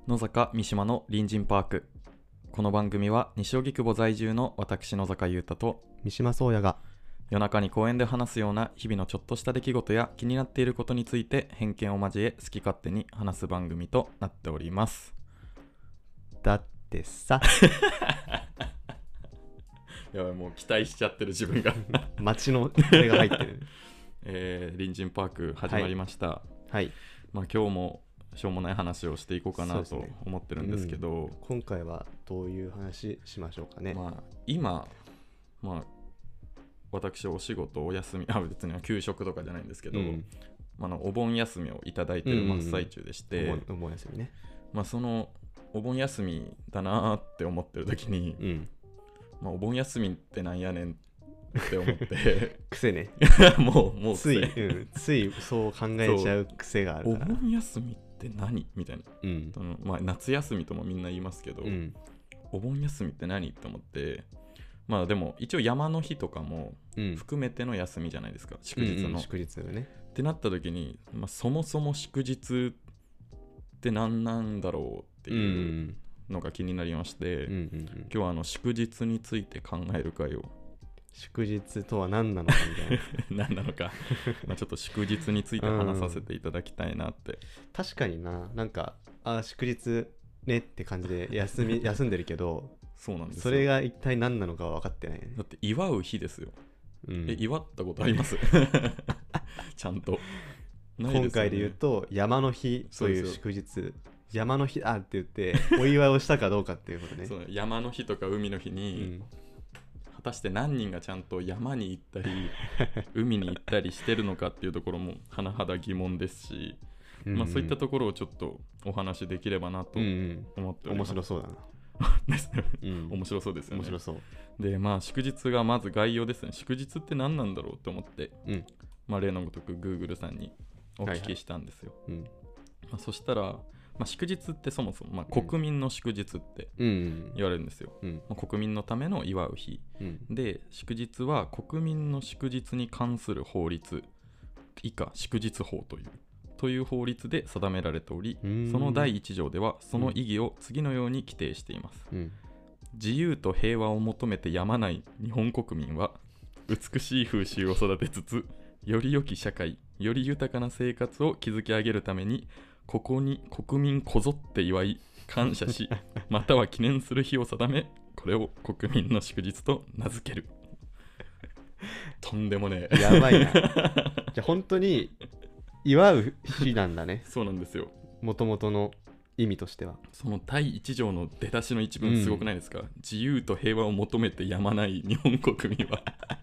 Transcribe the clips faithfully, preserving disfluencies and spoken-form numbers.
野坂三島の隣人パーク。この番組は西荻窪在住の私野坂優太と三島宗也が夜中に公園で話すような日々のちょっとした出来事や気になっていることについて偏見を交え好き勝手に話す番組となっております。 だってさやばい、もう期待しちゃってる自分が街のあれが入ってるえー、隣人パーク始まりました。 はい、はい、 まあ今日もしょうもない話をしていこうかなと思ってるんですけど、 うん、今回はどういう話しましょうかね。 まあ今、まあ私お仕事お休み、あ別に給食とかじゃないんですけど、うんまあ、のお盆休みをいただいてる真っ最中でして、 うんうん、お盆、お盆休みね。 まあそのお盆休みだなって思ってる時に、うんまあ、お盆休みってなんやねんって思って癖ねもうもうつい、うん、ついそう考えちゃう癖があるから。 お盆休みって何みたいな、うんそのまあ、夏休みともみんな言いますけど、うん、お盆休みって何って思って、まあでも一応山の日とかも含めての休みじゃないですか、うん、祝日の、 うんうん、祝日ねってなった時に、まあ、そもそも祝日って何なんだろうっていうのが気になりまして、うんうんうん、今日はあの祝日について考える会を。 祝日とは何なのかみたいな何なのかまあちょっと祝日について話させていただきたいなって、うん、 確かにな、なんかあ祝日ねって感じで休み休んでるけどそうなんですよ。 それが一体何なのかは分かってないね。 だって祝う日ですよ、うん、え祝ったことありますちゃんとないですよね。今回で言うと山の日という祝日、山の日だって言ってお祝いをしたかどうかっていうことねそう山の日とか海の日に、うん果たして何人がちゃんと山に行ったり海に行ったりしてるのかっていうところも甚だ疑問ですし、うんうんまあ、そういったところをちょっとお話できればなと思っております、 うんうん、面白そうだなうん、面白そうですよね。 面白そうでまあ祝日がまず概要ですね。祝日って何なんだろうと思って、うんまあ、例のごとく Google さんにお聞きしたんですよ、はいはいうんまあ、そしたらまあ、祝日ってそもそも、まあ、国民の祝日って言われるんですよ、うんまあ、国民のための祝う日、うん、で祝日は国民の祝日に関する法律以下祝日法というという法律で定められており、そのだいいち条ではその意義を次のように規定しています、うん、自由と平和を求めてやまない日本国民は美しい風習を育てつつより良き社会より豊かな生活を築き上げるためにここに国民こぞって祝い感謝しまたは記念する日を定めこれを国民の祝日と名付けるとんでもねえやばいなじゃあ本当に祝う日なんだねそうなんですよ。 もともとの意味としてはそのだいいち条の出だしの一文すごくないですか、うん、自由と平和を求めてやまない日本国民は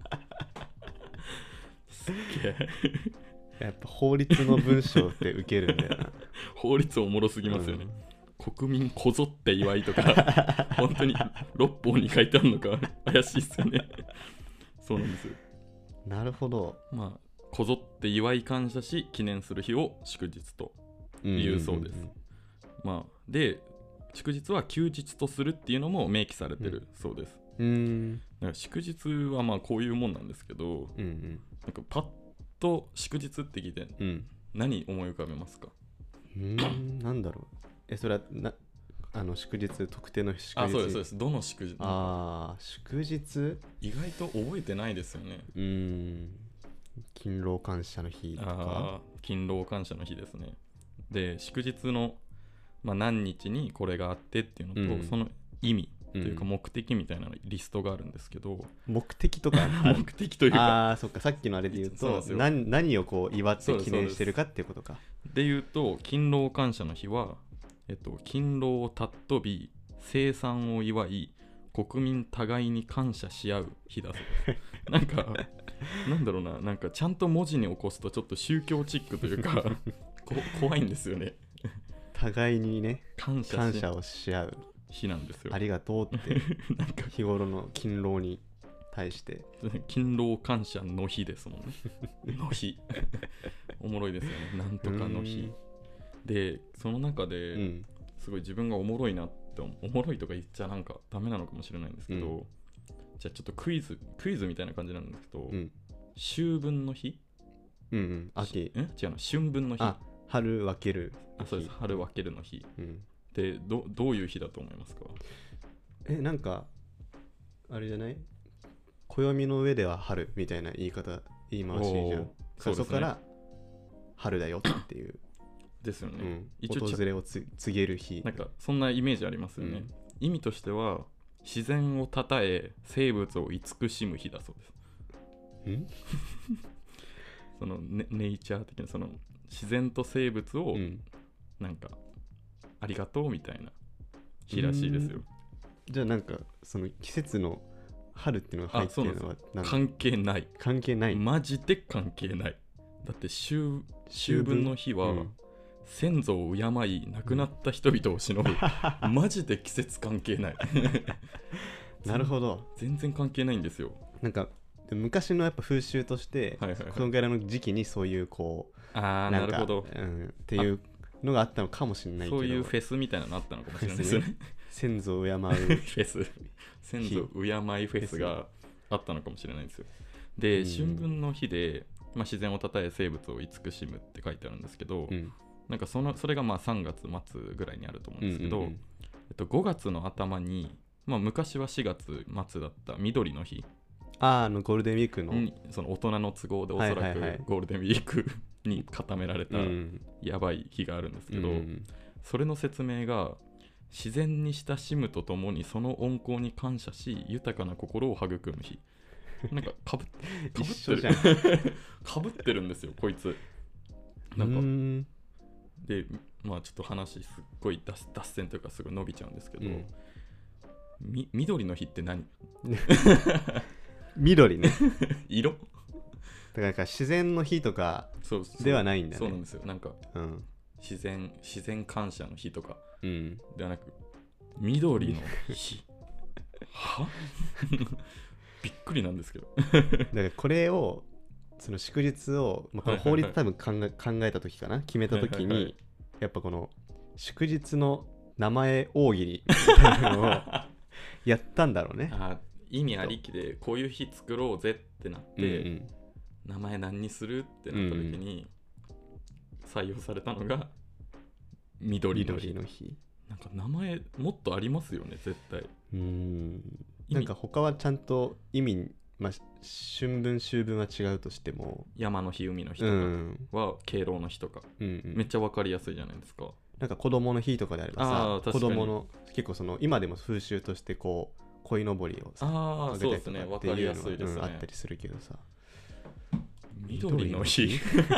すっげえやっぱ法律の文章ってウケるんだよな法律おもろすぎますよね、うん、国民こぞって祝いとか本当に六法に書いてあるのか怪しいっすよねそうなんですよ。 なるほど。 まあこぞって祝い感謝し記念する日を祝日というそうです、うんうんうん、まあで祝日は休日とするっていうのも明記されてるそうです、うん、だから祝日はまあこういうもんなんですけど、うんうん、なんかパッと祝日って聞いて、うん、何思い浮かべますか？ うーんなんだろうえそれはなあの祝日特定の祝日あそうですそうですどの祝日あ祝日意外と覚えてないですよね。 うーん勤労感謝の日とかあ勤労感謝の日ですね。で祝日の、まあ、何日にこれがあってっていうのと、うん、その意味というか目的みたいなリストがあるんですけど、うん、 目的とか目的というかあそっかさっきのあれで言うと何、何をこう祝って記念してるかっていうことかで言うと勤労感謝の日は、えっと、勤労を尊び生産を祝い国民互いに感謝し合う日だそうですなんかなんだろうななんかちゃんと文字に起こすとちょっと宗教チックというかこ怖いんですよね。 互いにね感謝感謝をし合う日なんですよ。 ありがとうってなんか日頃の勤労に対して勤労感謝の日ですもんねの日おもろいですよねなんとかの日でその中ですごい自分がおもろいなっておもろいとか言っちゃなんかダメなのかもしれないんですけど、うん、じゃあちょっとクイズクイズみたいな感じなんですけど、うん、秋分の日うんうん秋え違うの春分の日あ春分けるあそうです春分けるの日、うんで ど, どういう日だと思いますか？ えなんかあれじゃない、暦の上では春みたいな言い方言い回しじゃん。そこから春だよっていうですよね、うん、 一応訪れをつ告げる日。 なんかそんなイメージありますよね、うん、意味としては自然をたたえ生物を慈しむ日だそうです。んその ネ, ネイチャー的なその自然と生物をなんかありがとうみたいな日らしいですよ。 じゃあなんかその季節の春っていうのが入ってるのは関係ない関係ないマジで関係ない。だって秋分の日は、うん、先祖を敬い亡くなった人々を偲ぶ、うん、マジで季節関係ないなるほど、 全然関係ないんですよ。 なんか昔のやっぱ風習として、はいはいはい、このぐらいの時期にそういうこうあなんかなるほど、 うん、っていうのがあったのかもしれないけど、 そういうフェスみたいなのあったのかもしれないですね先祖を敬うフェス先祖敬いフェスがあったのかもしれないですよ。で、春分の日で、まあ、自然をたたえ生物を慈しむって書いてあるんですけど、うん、なんか そ, のそれがまあさんがつ末ぐらいにあると思うんですけど、うんうんうんえっと、ごがつの頭に、まあ、昔はしがつ末だった緑の日、 ああのゴールデンウィークのその大人の都合でおそらくゴールデンウィークに固められたやばい日があるんですけど、うん、それの説明が自然に親しむとともにその温厚に感謝し豊かな心を育む日。なんかかぶかぶってるかぶってるんですよこいつ。なんかんでまあちょっと話すっごい 脱, 脱線というかすぐ伸びちゃうんですけど、うん、み緑の日って何緑ね色だから自然の日とかではないんだね。 そうなんですよ。なんか、うん、自然自然感謝の日とかではなく、うん、緑の日はびっくりなんですけどだからこれをその祝日を、まあ、この法律多分考え、はいはいはい、考えた時かな決めた時に、はいはいはい、やっぱこの祝日の名前大喜利みたいなのをやったんだろうね。 あ意味ありきでこういう日作ろうぜってなって、うんうん、名前何にするってなった時に採用されたのが緑の日。 緑の日なんか名前もっとありますよね絶対。 うーんなんか他はちゃんと意味、まあ、春分秋分は違うとしても山の日海の日とかは敬老の日とか、うんうん、めっちゃ分かりやすいじゃないですか。 なんか子供の日とかであればさ子供の結構その今でも風習としてこう鯉のぼりをさあげたりとかっていうのが、ねねうん、 あったりするけどさ緑の日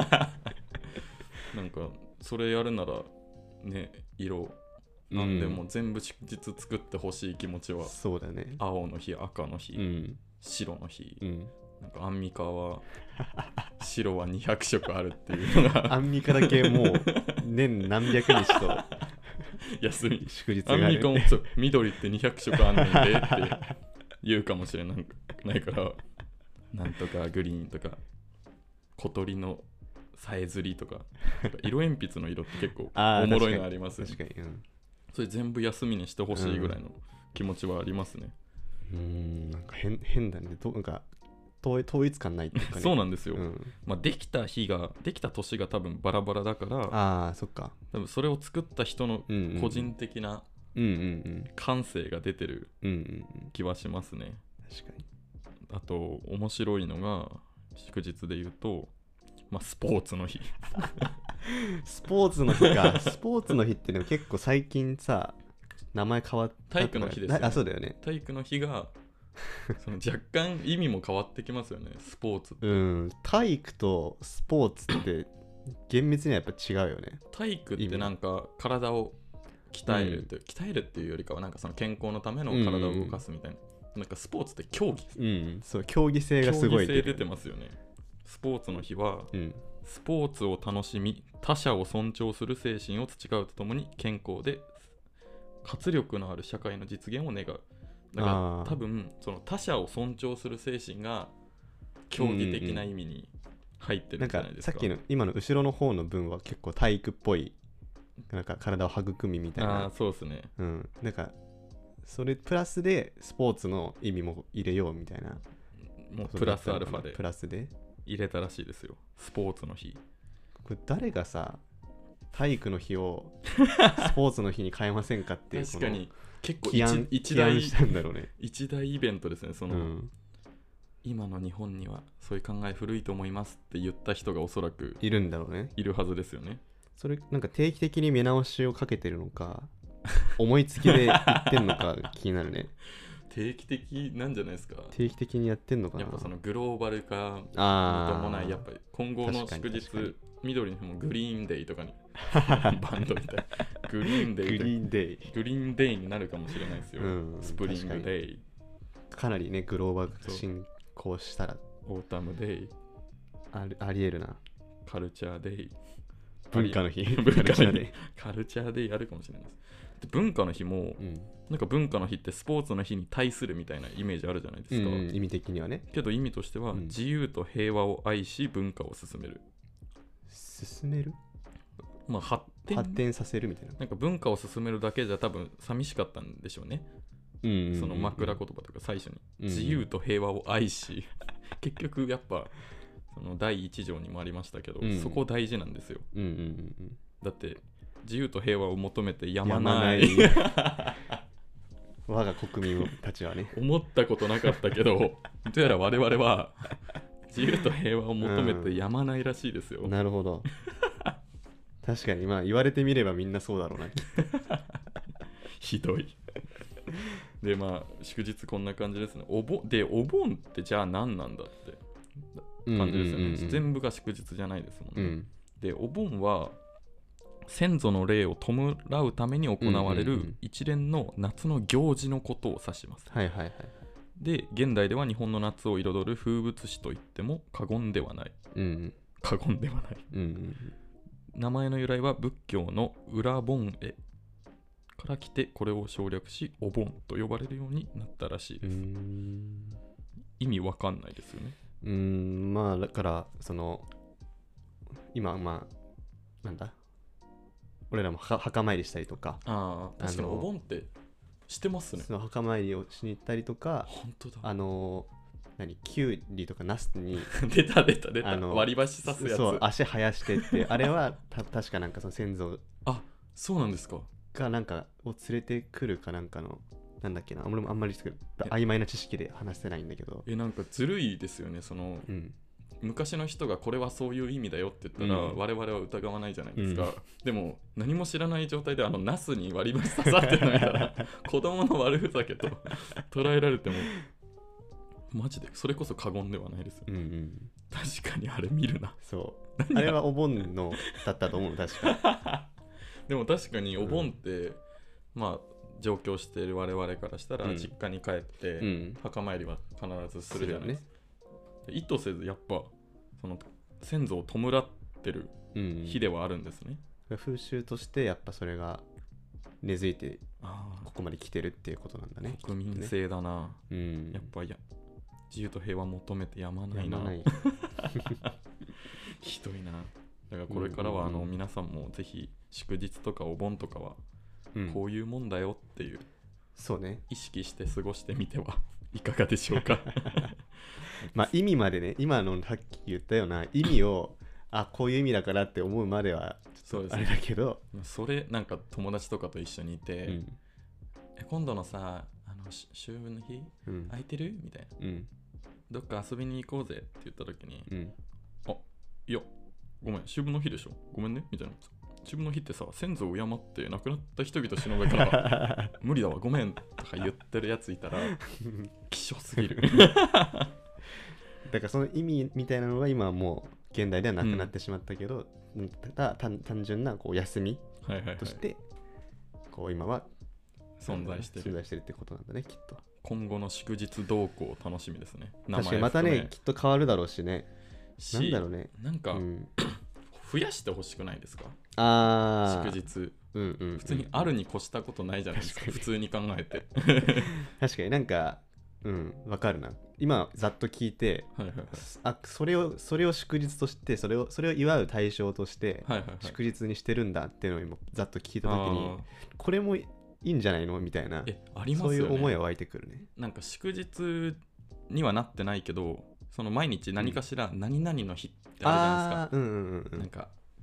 なんかそれやるならね色なんでも全部祝日作ってほしい気持ちは、 そうだね。 青の日赤の日、うん、白の日、うん、なんかアンミカは白はにひゃくしょくあるっていうのがアンミカだけもう年何百日と休み祝日がある。 アンミカも緑ってにひゃくしょくあんねんでって言うかもしれないからなんとかグリーンとか小鳥のさえずりとか色鉛筆の色って結構おもろいのありますよね。 確かに、うん、 それ全部休みにしてほしいぐらいの気持ちはありますね。 うーんなんか 変, 変だね。なんか統一感ないっていうかね。 そうなんですよ、うんまあ、できた日ができた年が多分バラバラだから、 ああそっか、 多分それを作った人の個人的な感性が出てる気はしますね。 確かに。 あと面白いのが祝日で言うと、まあ、スポーツの日スポーツの日か。スポーツの日ってね結構最近さ名前変わった体育の日ですよね。 あそうだよね。 体育の日がその若干意味も変わってきますよねスポーツって。 うん体育とスポーツって厳密にはやっぱ違うよね。 体育ってなんか体を鍛えるって、うん、鍛えるっていうよりかはなんかその健康のための体を動かすみたいな、うん、なんかスポーツって競技、 うん、そう競技性がすごい競技性出てますよね。スポーツの日は、うん、スポーツを楽しみ他者を尊重する精神を培うとともに健康で活力のある社会の実現を願う。だから多分その他者を尊重する精神が競技的な意味に入ってるんじゃないですか。 なんかさっきの今の後ろの方の文は結構体育っぽいなんか体を育みみたいな。 あそうですね、 うん、なんかそれプラスでスポーツの意味も入れようみたいな、 もうプラスアルファでプラスで入れたらしいですよスポーツの日。 これ誰がさ体育の日をスポーツの日に変えませんかっていう確かに結構起案一大したんだろうね。 一大イベントですね。その、 うん、 今の日本にはそういう考え古いと思いますって言った人がおそらくいるんだろうね。 いるはずですよね。 それなんか定期的に見直しをかけてるのか思いつきで言ってんのか気になるね。 定期的なんじゃないですか。 定期的にやってんのかな。 やっぱそのグローバル化にあ伴いやっぱり今後の祝日緑の日もグリーンデイとかにバンドみたいなグリーンデイグリーンデイグリーンデイになるかもしれないですよ、うん、スプリングデイか, かなりねグローバル化進行したらオータムデイあ, ありえるな。 カルチャーデイ文化の日文化の日カルチャーデイあるかもしれないです。で文化の日も、うん、なんか文化の日ってスポーツの日に対するみたいなイメージあるじゃないですか、 うんうん、意味的にはね。 けど意味としては、うん、自由と平和を愛し文化を進める進めるまあ発展発展させるみたいな。 なんか文化を進めるだけじゃ多分寂しかったんでしょうね、うんうんうんうん、その枕言葉とか最初に、うんうん、自由と平和を愛し結局やっぱそのだいいち条にもありましたけど、うん、そこ大事なんですよ、うんうんうん、だって自由と平和を求めてやまない我が国民たちはね思ったことなかったけどどうやら我々は自由と平和を求めてやまないらしいですよ、 うん、なるほど確かにまあ言われてみればみんなそうだろうなひどいでまあ祝日こんな感じですね。お盆でお盆ってじゃあ何なんだって感じですよね、うんうんうんうん、全部が祝日じゃないですもんね、うん、でお盆は先祖の霊を弔うために行われる一連の夏の行事のことを指します、 はいはいはい、 で現代では日本の夏を彩る風物詩と言っても過言ではない、うんうん、過言ではない、うんうん、名前の由来は仏教の裏盆会から来てこれを省略しお盆と呼ばれるようになったらしいです。うーん意味わかんないですよね。 うーんまあだからその今まあなんだ俺らも墓参りしたりとか、 ああ確かにお盆ってしてますね。 その墓参りをしに行ったりとか、 本当だあの何キュウリとかナスに出た出た出た割り箸刺すやつ、 そう足生やしてってあれはた確かなんかその先祖あそうなんですかがなんかを連れてくるかなんかのなんだっけな俺もあんまり曖昧な知識で話せないんだけどえなんかずるいですよねその、うん、昔の人がこれはそういう意味だよって言ったら、うん、我々は疑わないじゃないですか、うん、でも何も知らない状態であのナスに割り箸刺さってるのら子供の悪ふざけと捉えられてもマジでそれこそ過言ではないですよ、うんうん、確かにあれ見るなそうあれはお盆のだったと思う確かでも確かにお盆って、うん、まあ上京している我々からしたら実家に帰って、うん、墓参りは必ずするじゃないですか、ね、意図せずやっぱその先祖を弔ってる日ではあるんですね、 うん、風習としてやっぱそれが根付いてここまで来てるっていうことなんだね。 国民性だな、うん、やっぱや自由と平和求めてやまないなやまないひどいな。だからこれからはあの皆さんもぜひ祝日とかお盆とかはこういうもんだよっていう、 そうね意識して過ごしてみてはいかがでしょうかまあ意味までね今のさっき言ったような意味をあこういう意味だからって思うまではちょっとあれだけどそ, ね、それなんか友達とかと一緒にいて、うん、え今度のさあの秋分の日、うん、空いてるみたいな、うん、どっか遊びに行こうぜって言った時に、うん、あいやごめん秋分の日でしょごめんねみたいな秋分の日ってさ先祖を敬って亡くなった人々しのべから無理だわごめんとか言ってるやついたら希少すぎるだからその意味みたいなのが今はもう現代ではなくなってしまったけど、うん、ただ単純なこう休みとして、はいはいはい、こう今は存在してる存在してるってことなんだねきっと。 今後の祝日動向楽しみですね。 確かにまたねきっと変わるだろうしね。なんだろうねなんか、うん、増やしてほしくないですかあ祝日、 うんうんうん、 普通にあるに越したことないじゃないですか普通に考えて確かになんかうんわかるな今ざっと聞いて、はいはいはい、あそれをそれを祝日としてそれをそれを祝う対象として祝日にしてるんだっていうのを今ざっと聞いたときにこれもいいんじゃないのみたいなえありますよね、 そういう思いは湧いてくるね。 なんか祝日にはなってないけどその毎日何かしら何々の日ってあるじゃないですか、うんうんうんうん、なんか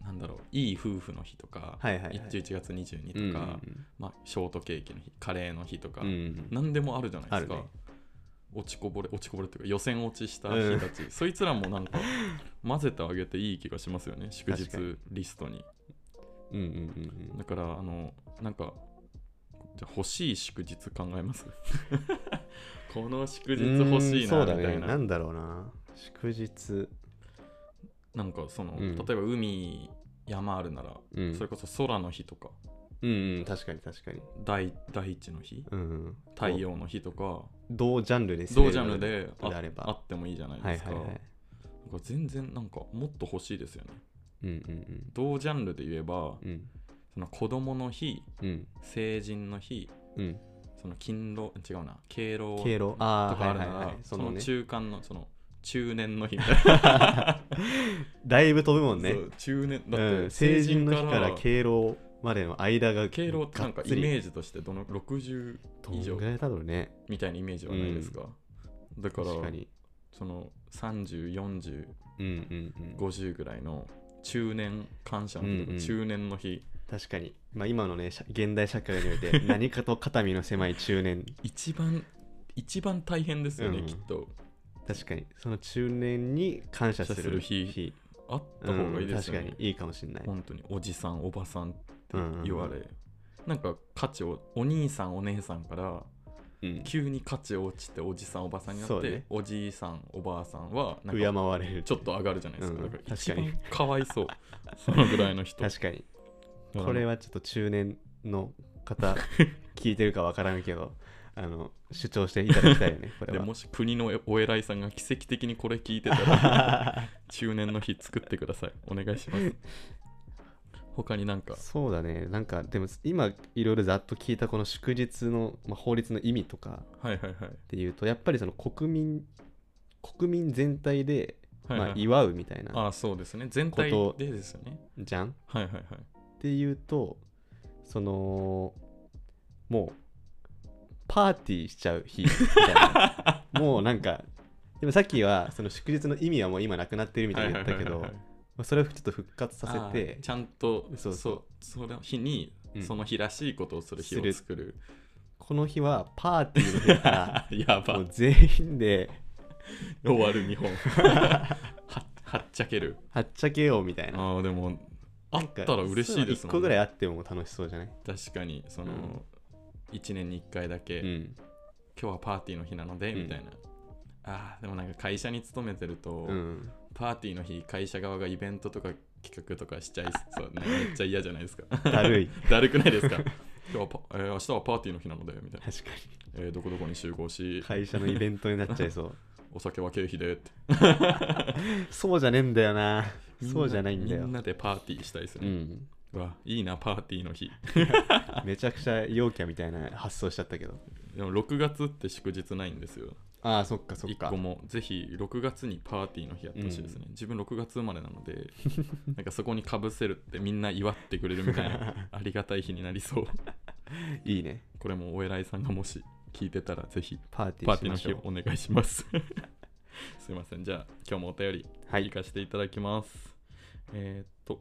なんだろう、いい夫婦の日とか、 はいはいはい、 じゅういちがつにじゅうにとか、うんうん、まあ、ショートケーキの日、カレーの日とか、うんうん、何でもあるじゃないですか、ね、落ちこぼれ落ちこぼれっていうか予選落ちした日たち、うん、そいつらもなんか混ぜてあげていい気がしますよね、祝日リストに。 うんうんうんうん、 だからあのなんかじゃ欲しい祝日考えますこの祝日欲しいなみたいな。そうだね、 なんだろうな、祝日なんかその、うん、例えば海山あるなら、うん、それこそ空の日とか、 うんうん、確かに確かに大, 大地の日、うんうん、太陽の日とか同ジャンルで同ジャンルで あ, あってもいいじゃないですか、はいはいはい、なんか全然なんかもっと欲しいですよね、うんうんうん、同ジャンルで言えば、うん、その子供の日、うん、成人の日、うん、その勤労違うな敬老とかあるなら、はいはいはい、その中間のその中年の日みたいなだいぶ飛ぶもんね。 そう中年だって、 うん、成人の日から敬老までの間が敬老ってなんかイメージとしてどのろくじゅう以上どんぐらいだろうねみたいなイメージはないですか、うん、だからそのさんじゅう、よんじゅう、うんうんうん、ごじゅうぐらいの中年感謝の日とか、うんうん、中年の日、 確かに、まあ、今のね現代社会において何かと肩身の狭い中年一番一番大変ですよね、うん、きっと。 確かにその中年に感謝する日、日あった方がいいですよね、 うん、確かにいいかもしれない。 本当におじさんおばさんって言われ、うんうんうん、なんか価値をお兄さんお姉さんから、うん、急に価値落ちておじさんおばさんになって、ね、おじいさんおばあさんはなんか敬われるちょっと上がるじゃないですか、うん、だから一番かわいそうそのぐらいの人。 確かにこれはちょっと中年の方聞いてるかわからんけどあの主張していただきたいよねこれは。 でもし国のお偉いさんが奇跡的にこれ聞いてたら中年の日作ってください、お願いします。他になんかそうだね、なんかでも今いろいろざっと聞いたこの祝日の、まあ、法律の意味とかっていうと、やっぱりその国民国民全体で、まあ、祝うみたいな、 ああそうですね、全体でですよねじゃん、 はいはいはい、 っていうとそのもうパーティーしちゃう日みたいなもうなんかでもさっきはその祝日の意味はもう今なくなってるみたいに言ったけど、それをちょっと復活させてちゃんとそうそうその日にその日らしいことをする日を作る、うん、 この日はパーティーの日だからやばもう全員で終わる日本は, はっちゃけるはっちゃけようみたいな。 あでもあったら嬉しいですもんね。 いっこぐらいあっても楽しそうじゃない？ 確かにその、うん、いちねんにいっかいだけ、うん、今日はパーティーの日なので、うん、みたいな。あでもなんか会社に勤めてると、うん、パーティーの日会社側がイベントとか企画とかしちゃいそうね、めっちゃ嫌じゃないですか。 だるいだるくないですか？今日はパ、えー、明日はパーティーの日なのでみたいな。 確かに、 えー、どこどこに集合し会社のイベントになっちゃいそうお酒は経費でってそうじゃねえんだよな。そうじゃないんだよ。 みんなでパーティーしたいですね、うん、うわいいなパーティーの日めちゃくちゃ陽キャみたいな発想しちゃったけど。 でもろくがつって祝日ないんですよ。 ああそっかそっか。 いっこもぜひろくがつにパーティーの日やってほしいですね、うん、自分ろくがつ生まれなのでなんかそこにかぶせるってみんな祝ってくれるみたいなありがたい日になりそういいね。 これもお偉いさんがもし聞いてたらぜひパーティーの日をお願いしますすいません、じゃあ今日もお便り行かせていただきます、はい、えー、っと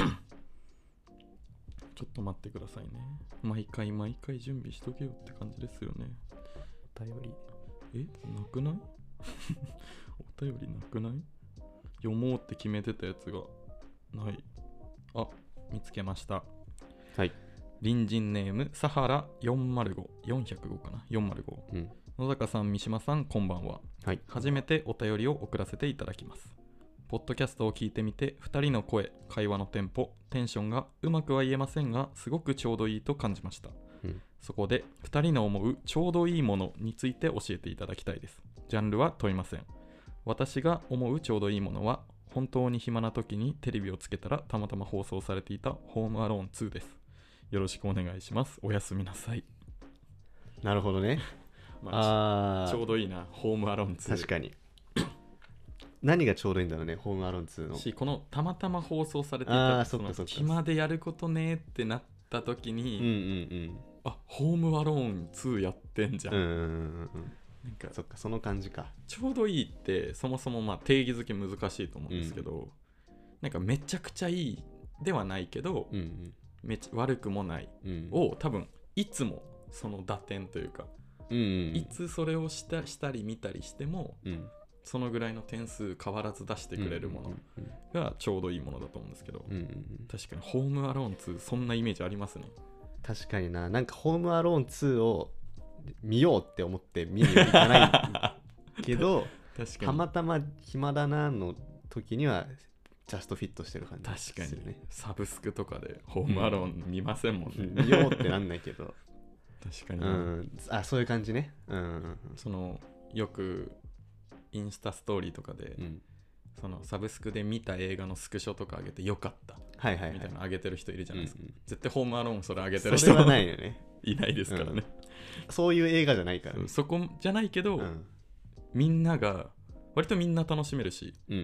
ちょっと待ってくださいね。毎回毎回準備しとけよって感じですよね。 お便りえなくないお便りなくない？読もうって決めてたやつがない。あ見つけました。 はい。 隣人ネームサハラよんまるご、よんひゃくごかな、よんまるご、うん、野坂さん三島さんこんばんは、はい、初めてお便りを送らせていただきます。ポッドキャストを聞いてみてふたりの声、会話のテンポ、テンションがうまくは言えませんがすごくちょうどいいと感じました、うん、そこでふたりの思うちょうどいいものについて教えていただきたいです。ジャンルは問いません。私が思うちょうどいいものは本当に暇な時にテレビをつけたらたまたま放送されていたホームアローンツーです。よろしくお願いします。おやすみなさい。 なるほどね、 まあ、あちょうどいいなホームアローンツー。 確かに何がちょうどいいんだろうねホームアローンツーのし、このたまたま放送されていたその暇でやることねってなった時に、うんうんうん、あホームアローンツーやってんじゃん、うんうんうん、なんかそっかその感じか。 ちょうどいいってそもそもまあ定義づけ難しいと思うんですけど、うん、なんかめちゃくちゃいいではないけど、 うんうん、 めっちゃ悪くもない、うん、を多分いつもその打点というか、うんうん、いつそれをした、したり見たりしても、うん、そのぐらいの点数変わらず出してくれるものがちょうどいいものだと思うんですけど、うんうんうん、確かにホームアローンツーそんなイメージありますね。 確かにな。なんかホームアローンツーを見ようって思って見に行かないけど確かにたまたま暇だなの時にはジャストフィットしてる感じですね。 確かにサブスクとかでホームアローン見ませんもんね、 うん、見ようってなんないけど確かに、 うん、あ、そういう感じね、うん、 そのよくインスタストーリーとかで、うん、そのサブスクで見た映画のスクショとか上げてよかった、はいはいはい、みたいな上げてる人いるじゃないですか、うんうん、絶対ホームアローンそれ上げてる人はないよねいないですからね、うん、 そういう映画じゃないから、ね、 そこじゃないけど、うん、みんなが割とみんな楽しめるし、うんうんうん、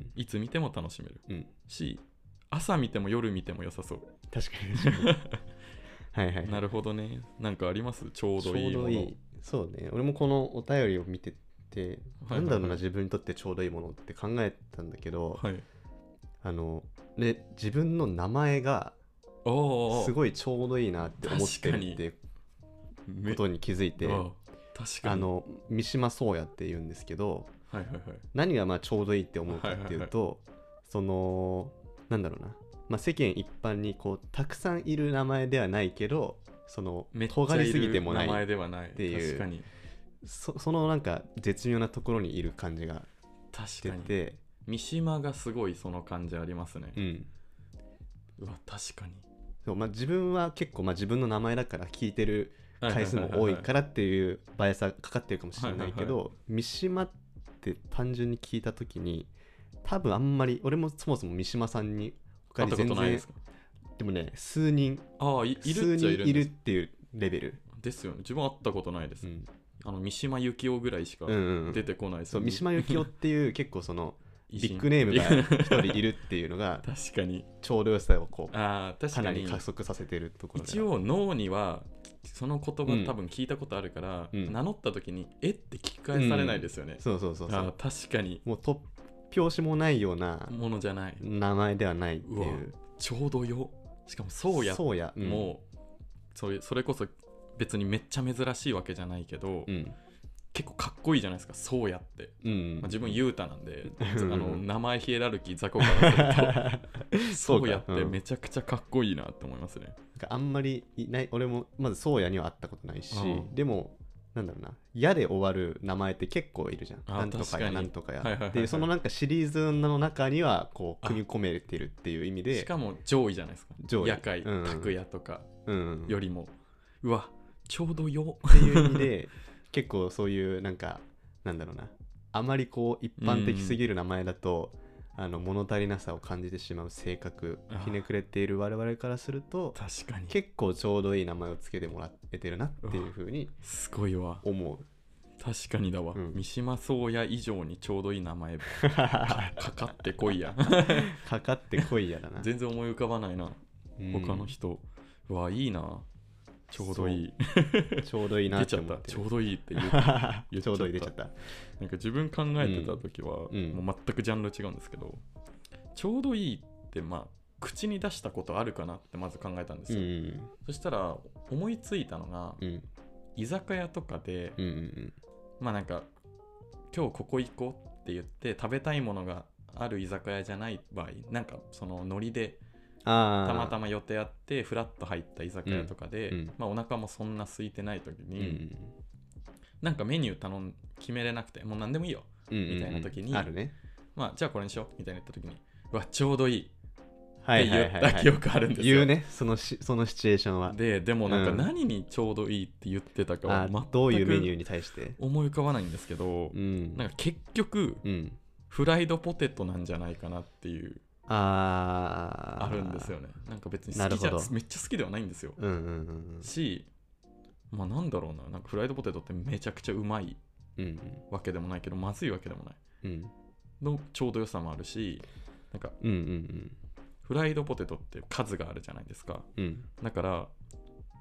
いつ見ても楽しめる、うん、し朝見ても夜見ても良さそう。 確かに確かにはいはい、はい、 なるほどね。なんかあります？ちょうどいいもの。ちょうどいい。 そうね。俺もこのお便りを見てて、はいはいはい、なんだろうな、自分にとってちょうどいいものって考えたんだけど、はい、あので自分の名前がすごいちょうどいいなって思ってるってことに気づいて、確かにあの三島宗也って言うんですけど、はいはいはい、何がまあちょうどいいって思うかっていうと、はいはいはい、そのなんだろうな、まあ、世間一般にこうたくさんいる名前ではないけど、その尖りすぎてもないっていう、確かに そ, そのなんか絶妙なところにいる感じがしてて、 三島がすごいその感じありますね、うん、うわ確かにそう、まあ、自分は結構まあ自分の名前だから聞いてる回数も多いからっていうバイアスがかかってるかもしれないけど、はいはいはい、三島って単純に聞いた時に多分あんまり俺もそもそも三島さんに他に全然会ったことないですか？でもね数人ああ い, いる数人いるっていうレベルですよね。自分会ったことないです、うん、あの三島由紀夫ぐらいしか出てこないです、 ね、うんうん、そう三島由紀夫っていう結構そのビッグネームが一人いるっていうのが確かにちょうど良さをこうあ確かにかなり加速させてるところで、 一応脳にはその言葉多分聞いたことあるから、うん、名乗った時にえって聞き返されないですよね、 うん、そうそうそうそう、 あ確かにもう突拍子もないようなものじゃない名前ではないっていう、 うちょうどよ、しかもそうやもう、うん、それ、それこそ別にめっちゃ珍しいわけじゃないけど、うん、結構かっこいいじゃないですか、そうやって、うんまあ、自分ユータなんであの名前ヒエラルキー雑魚からするとそうやってめちゃくちゃかっこいいなって思いますね。 なんかあんまりいない、俺もまずそうやには会ったことないし、でもなんだろうな、やで終わる名前って結構いるじゃん。なんとかやなんとかや、はいはいはいはい、でそのなんかシリーズの中にはこう組み込めてるっていう意味で、 しかも上位じゃないですか、上位夜会、うん、拓也とかよりも、うん、うわちょうどよっていう意味で結構そういうなんかなんだろうな、あまりこう一般的すぎる名前だと、うん、あの物足りなさを感じてしまう性格、ひねくれている我々からすると確かに結構ちょうどいい名前をつけてもらえてるなっていう風にすごいわ思う。 確かにだわ、うん、三島宗也以上にちょうどいい名前か, かかってこいやかかってこいやだな。 全然思い浮かばないな、うん、他の人。うわいいな、ちょうどいいちょうどいいなって思って出ちゃった、ちょうどいいって言っちゃったちょうどいい出ちゃった。 なんか自分考えてた時は、うん、もう全くジャンル違うんですけど、ちょうどいいってまあ口に出したことあるかなってまず考えたんですよ、うん、そしたら思いついたのが、うん、居酒屋とかで、うんうんうん、まあなんか今日ここ行こうって言って食べたいものがある居酒屋じゃない場合、なんかそのノリでたまたま予定あってフラッと入った居酒屋とかで、うん、まあお腹もそんな空いてない時に、うん、なんかメニュー頼ん決めれなくてもう何でもいいよ、うんうんうん、みたいな時に、 あるね、 まあじゃあこれにしようみたいな言った時に、うわちょうどいいって言った記憶あるんですよ。 言うね、そのしそのシチュエーションは。 ででもなんか何にちょうどいいって言ってたかは全くどういうメニューに対して思い浮かばないんですけど、うん、なんか結局、うん、フライドポテトなんじゃないかなっていうああるんですよね。なんか別に好きじゃめっちゃ好きではないんですよ、うんうんうん、しまあなんだろうな、なんかフライドポテトってめちゃくちゃうまいわけでもないけど、まずいわけでもない、うん、のちょうど良さもあるし、なんか、うんうんうん、フライドポテトって数があるじゃないですか、うん、だから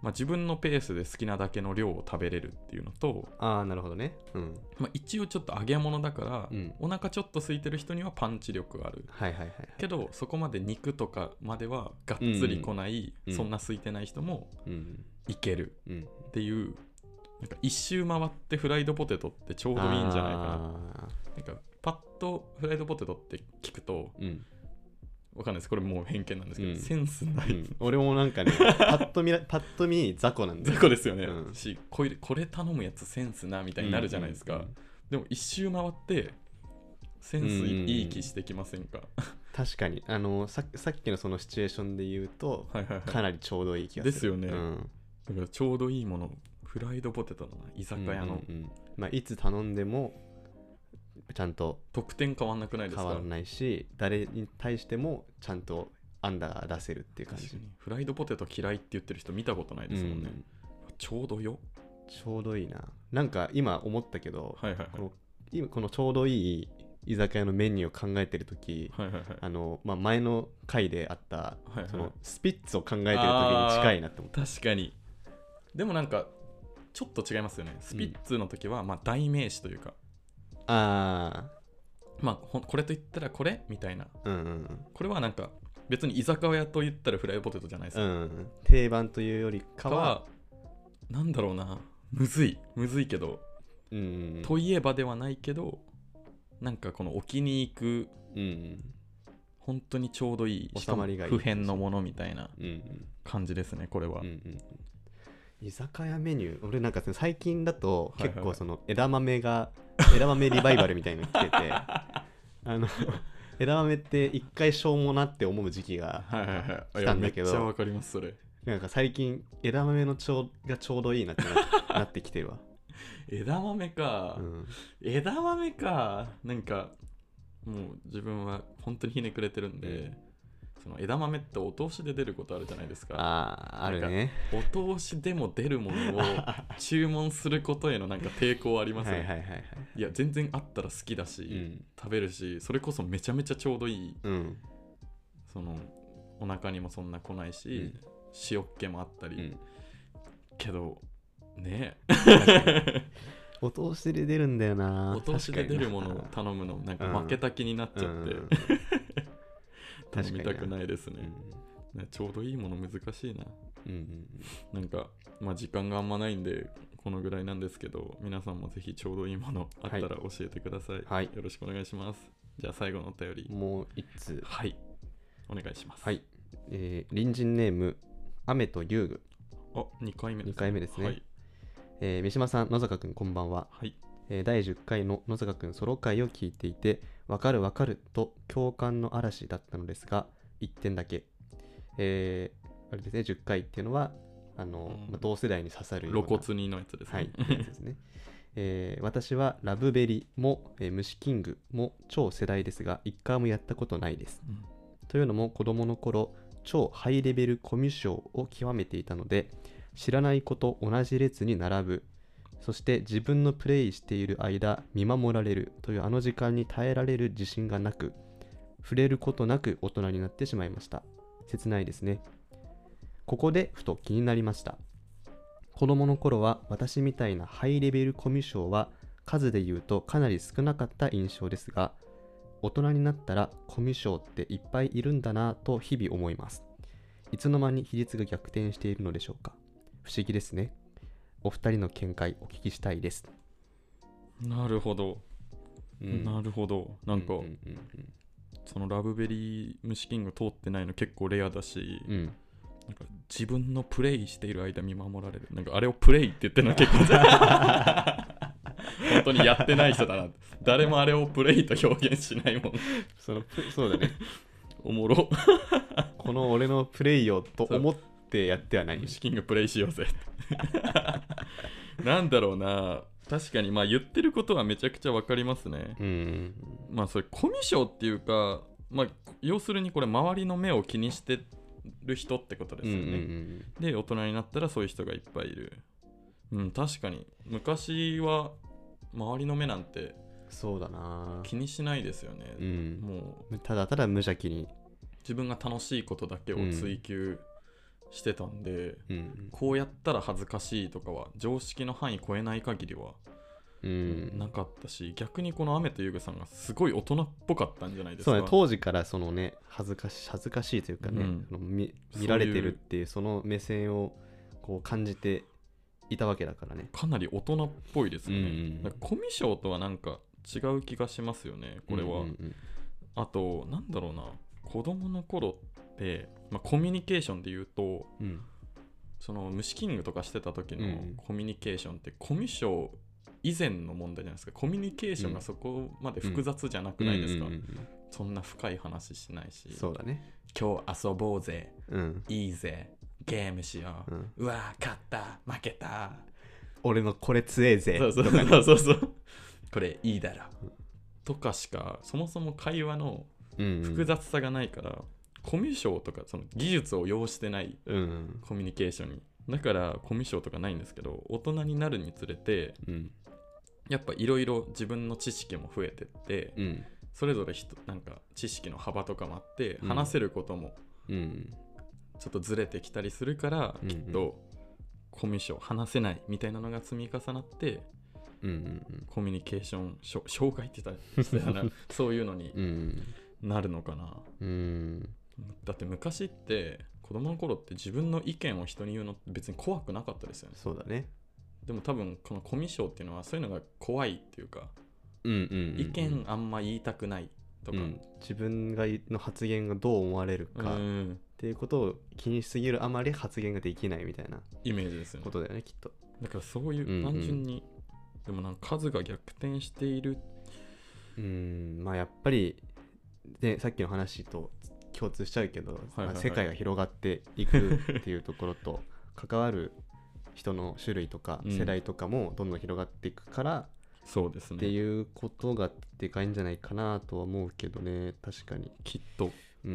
まあ、自分のペースで好きなだけの量を食べれるっていうのと、 ああなるほどね、うんまあ、一応ちょっと揚げ物だから、 うん、 お腹ちょっと空いてる人にはパンチ力がある、 はいはいはい、はい、 けどそこまで肉とかまではがっつり来ない、 うん、 そんな空いてない人もうんいけるうんっていう、なんか一周回ってフライドポテトってちょうどいいんじゃないかな。なんかパッとフライドポテトって聞くと、うん、わかんないです、これもう偏見なんですけど、うん、センスない、うん、 俺もなんかねパッと見パッと見雑魚なんだよ、 雑魚ですよね、 うん、 しこれ、これ頼むやつセンスなみたいになるじゃないですか、うんうんうん、でも一周回ってセンスいい気してきませんか、うんうん、 確かにあの さ, さっきのそのシチュエーションで言うと、はいはいはい、かなりちょうどいい気がするですよね、うん、だからちょうどいいもの、フライドポテトの居酒屋の、うんうんうん、 まあ、いつ頼んでもちゃんと得点変わんなくないですか。 変わらないし、誰に対してもちゃんとアンダー出せるっていう感じ。 フライドポテト嫌いって言ってる人見たことないですもんね、うん、ちょうどよ、 ちょうどいいな。なんか今思ったけど、 はいはいはい、 この今このちょうどいい居酒屋のメニューを考えてるとき、はいはいはい、あのまあ、前の回であった、はいはい、そのスピッツを考えてるときに近いなって思った。 確かに。でもなんかちょっと違いますよね。スピッツの時はまあ代名詞というか、 うん、あまあこれと言ったらこれみたいな、 うんうん、 これはなんか別に居酒屋と言ったらフライドポテトじゃないですか、 うん、定番というよりかはなんだろうな、むずいむずいけど、うん、といえばではないけど、なんかこの置きに行く、うん、本当にちょうどいい、しかも普遍のものみたいな感じですね、これは、うんうん、 居酒屋メニュー、俺なんか最近だと結構その枝豆が枝豆リバイバルみたいなの来ててあの枝豆って一回しょうもなって思う時期が来たんだけど、 めっちゃわかりますそれ。 なんか最近枝豆のちょうがちょうどいいなって な, なってきてるわ。 枝豆か、うん、枝豆か、なんかもう自分は本当にひねくれてるんで、うん、その枝豆ってお通しで出ることあるじゃないですか。 ああるね。 お通しでも出るものを注文することへのなんか抵抗ありますね。 はいはいはいはい、 いや全然あったら好きだし、うん、食べるし、それこそめちゃめちゃちょうどいい、うん、そのお腹にもそんな来ないし、うん、塩っ気もあったり、うん、けどねえお通しで出るんだよな。 お通しで出るものを頼むのなんか負けた気になっちゃって、うんうん頼みたくないですね、うん、ちょうどいいもの難しいな、うんうん、なんか、まあ、時間があんまないんでこのぐらいなんですけど、皆さんもぜひちょうどいいものあったら教えてください、はい、よろしくお願いします。じゃあ最後のお便りもう一つ、 はいお願いします。 はい、えー、隣人ネーム雨と遊具。 あ、にかいめですね。 にかいめですね、はい、えー、三島さん、野坂くんこんばんは。はい、えー、だいじゅっかいの野坂くんソロ回を聞いていて、わかるわかると共感の嵐だったのですが、いってんだけ、えー、あれですね、じゅっかいっていうのはあの、うんまあ、同世代に刺さるような露骨にのやつですね、 はいやつですねえー、私はラブベリも、えー、虫キングも超世代ですが一回もやったことないです、うん、というのも子供の頃超ハイレベルコミュ障を極めていたので、知らない子と同じ列に並ぶ、そして自分のプレイしている間見守られるというあの時間に耐えられる自信がなく、触れることなく大人になってしまいました。切ないですね。ここでふと気になりました。子供の頃は私みたいなハイレベルコミュ障は数で言うとかなり少なかった印象ですが、大人になったらコミュ障っていっぱいいるんだなと日々思います。いつの間に比率が逆転しているのでしょうか。不思議ですね。お二人の見解お聞きしたいです。 なるほど、うん、なるほど。なんか、うんうんうんうん、そのラブベリー虫キング通ってないの結構レアだし、うん、なんか自分のプレイしている間見守られる、なんかあれをプレイって言ってるの結構本当にやってない人だな。誰もあれをプレイと表現しないもん。 そのそうだねおもろこの俺のプレイをと思ってやってはない。 虫キングプレイしようぜなんだろうな、確かにまあ言ってることはめちゃくちゃわかりますね。うん、まあそれコミュ障っていうか、まあ要するにこれ周りの目を気にしてる人ってことですよね、うんうんうん、で大人になったらそういう人がいっぱいいる。うん、確かに昔は周りの目なんてそうだな気にしないですよね、うん、もうただただ無邪気に自分が楽しいことだけを追求してたんで、 うん、 こうやったら恥ずかしいとかは常識の範囲超えない限りはなかったし、うん、逆にこの雨とゆぐさんがすごい大人っぽかったんじゃないですか。 そうね、当時からそのね恥ずかし恥ずかしいというかね、うん、その 見, 見られてるっていうその目線をこう感じていたわけだからね。 かなり大人っぽいですよね、うんうん、なんかコミュ障とはなんか違う気がしますよねこれは、うんうんうん、あとなんだろうな、子供の頃って、まあ、コミュニケーションで言うと、うん、その虫キングとかしてた時のコミュニケーションってコミュ障以前の問題じゃないですか。コミュニケーションがそこまで複雑じゃなくないですか、うんうんうんうん、そんな深い話しないし、 そうだね、 今日遊ぼうぜ、 うん、 いいぜ、ゲームしよう、うん、うわ勝った負けた、 俺のこれ強えぜ、 そうそうそうそうそうこれいいだろ、うん、とかしかそもそも会話の複雑さがないから、うんうん、コミュ障とかその技術を要してないコミュニケーションに、だからコミュ障とかないんですけど、大人になるにつれて、うん、やっぱいろいろ自分の知識も増えてって、うん、それぞれ人なんか知識の幅とかもあって、うん、話せることもちょっとずれてきたりするから、うん、きっとコミュ障話せないみたいなのが積み重なって、うんうんうん、コミュニケーション障害って言ったらそういうのになるのかな、うん、だって昔って子供の頃って自分の意見を人に言うのって別に怖くなかったですよね。 そうだね。 でも多分このコミュ障っていうのはそういうのが怖いっていうか、うんうんうんうん、意見あんま言いたくないとか、うん、 自分がの発言がどう思われるかっていうことを気にしすぎるあまり発言ができないみたいなイメージですよね。 ことだよね、きっと。 だからそういう単純に、うんうん、でもなんか数が逆転している、 うーん、まあやっぱりね、さっきの話と共通しちゃうけど、はいはいはい、まあ、世界が広がっていくっていうところと関わる人の種類とか世代とかもどんどん広がっていくから、 うん、そうですね、 っていうことがでかいんじゃないかなとは思うけどね。確かにきっと、うん、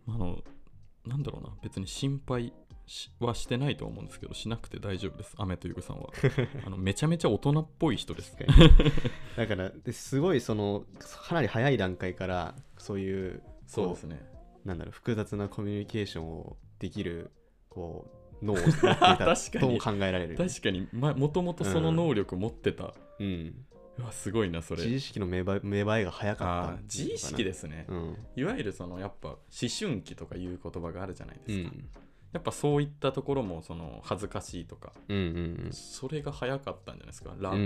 あのなんだろうな、別に心配はしてないと思うんですけど、しなくて大丈夫です。雨とゆぐさんはあのめちゃめちゃ大人っぽい人ですだからですごいそのかなり早い段階からそういうそうですね、 なんだろう、複雑なコミュニケーションをできるこう脳を持っていたとも考えられる、ね、 確かに、ま、もともとその能力持ってた、うん、うわすごいなそれ。 自意識の芽生え、芽生えが早かった。 自意識ですね、うん、いわゆるそのやっぱ思春期とかいう言葉があるじゃないですか、うん、やっぱそういったところもその恥ずかしいとか、うんうんうん、それが早かったんじゃないですか。ラ、うんうんうん、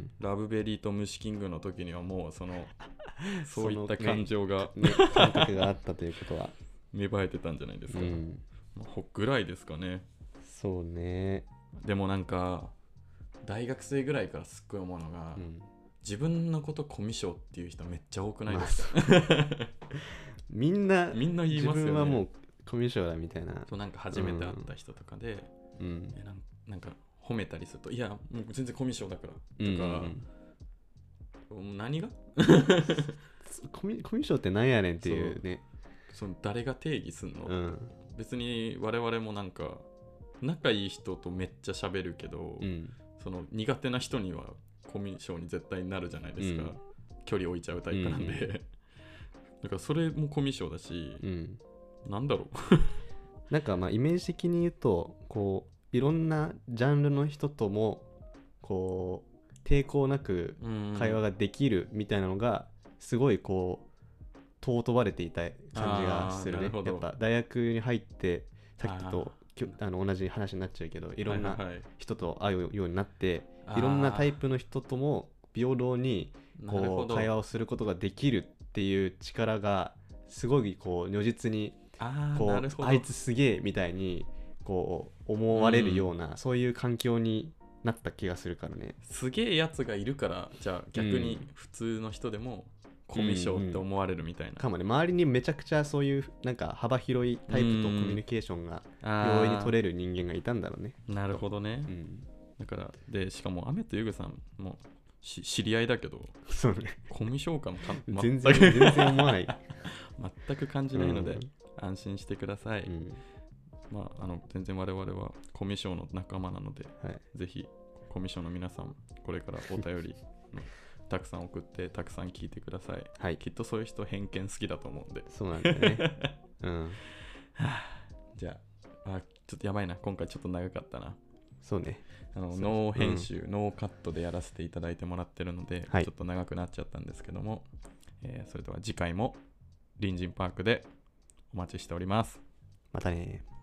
ラブベリーと虫キングの時にはもうそのそういった感情が、 ねね、感覚があったということは芽生えてたんじゃないですか、うん、まあ、ぐらいですかね。 そうね。 でもなんか大学生ぐらいからすっごい思うのが、うん、自分のことコミュ障っていう人めっちゃ多くないですか、まあ、 みんなみんな言いますよね。 自分はもうコミュ障だみたいな。 そう、なんか初めて会った人とかで、うん、え な, なんか褒めたりすると、いやもう全然コミュ障だからとか、うんうん、何がコミュ障って何やねんっていうね。 その誰が定義すんの、うん、別に我々もなんか仲いい人とめっちゃ喋るけど、うん、その苦手な人にはコミュ障に絶対になるじゃないですか、うん、距離置いちゃうタイプなんで、うん、だからそれもコミュ障だし、うん、なんだろうなんかまあイメージ的に言うと、こういろんなジャンルの人ともこう抵抗なく会話ができるみたいなのがすごいこう尊ばれていた感じがするね。やっぱ大学に入ってさっきとあの同じ話になっちゃうけど、いろんな人と会うようになって、はいはいはい、いろんなタイプの人とも平等にこう会話をすることができるっていう力がすごいこう如実にこう あ, あいつすげえみたいにこう思われるような、うん、そういう環境になった気がするからね。 すげえやつがいるから、じゃあ逆に普通の人でもコミュ障って思われるみたいな、うんうん、 かもね。周りにめちゃくちゃそういうなんか幅広いタイプとコミュニケーションが容易に取れる人間がいたんだろうね。 なるほどね、うん、だからでしかも雨とゆぐさんも知り合いだけど、 そうね、 コミュ障感か全然全然思わない全く感じないので、うん、安心してください、うん、まああの全然我々はコミュ障の仲間なので、はい、ぜひコミュ障の皆さんこれからお便りたくさん送ってたくさん聞いてください、はい、きっとそういう人偏見好きだと思うんで。 そうなんだね、うん、 はあ、じゃあ、あちょっとやばいな、今回ちょっと長かったな。 そうね。 あのノー編集、うん、ノーカットでやらせていただいてもらってるので、はい、ちょっと長くなっちゃったんですけども、えー、それでは次回も隣人パークでお待ちしております。 またね。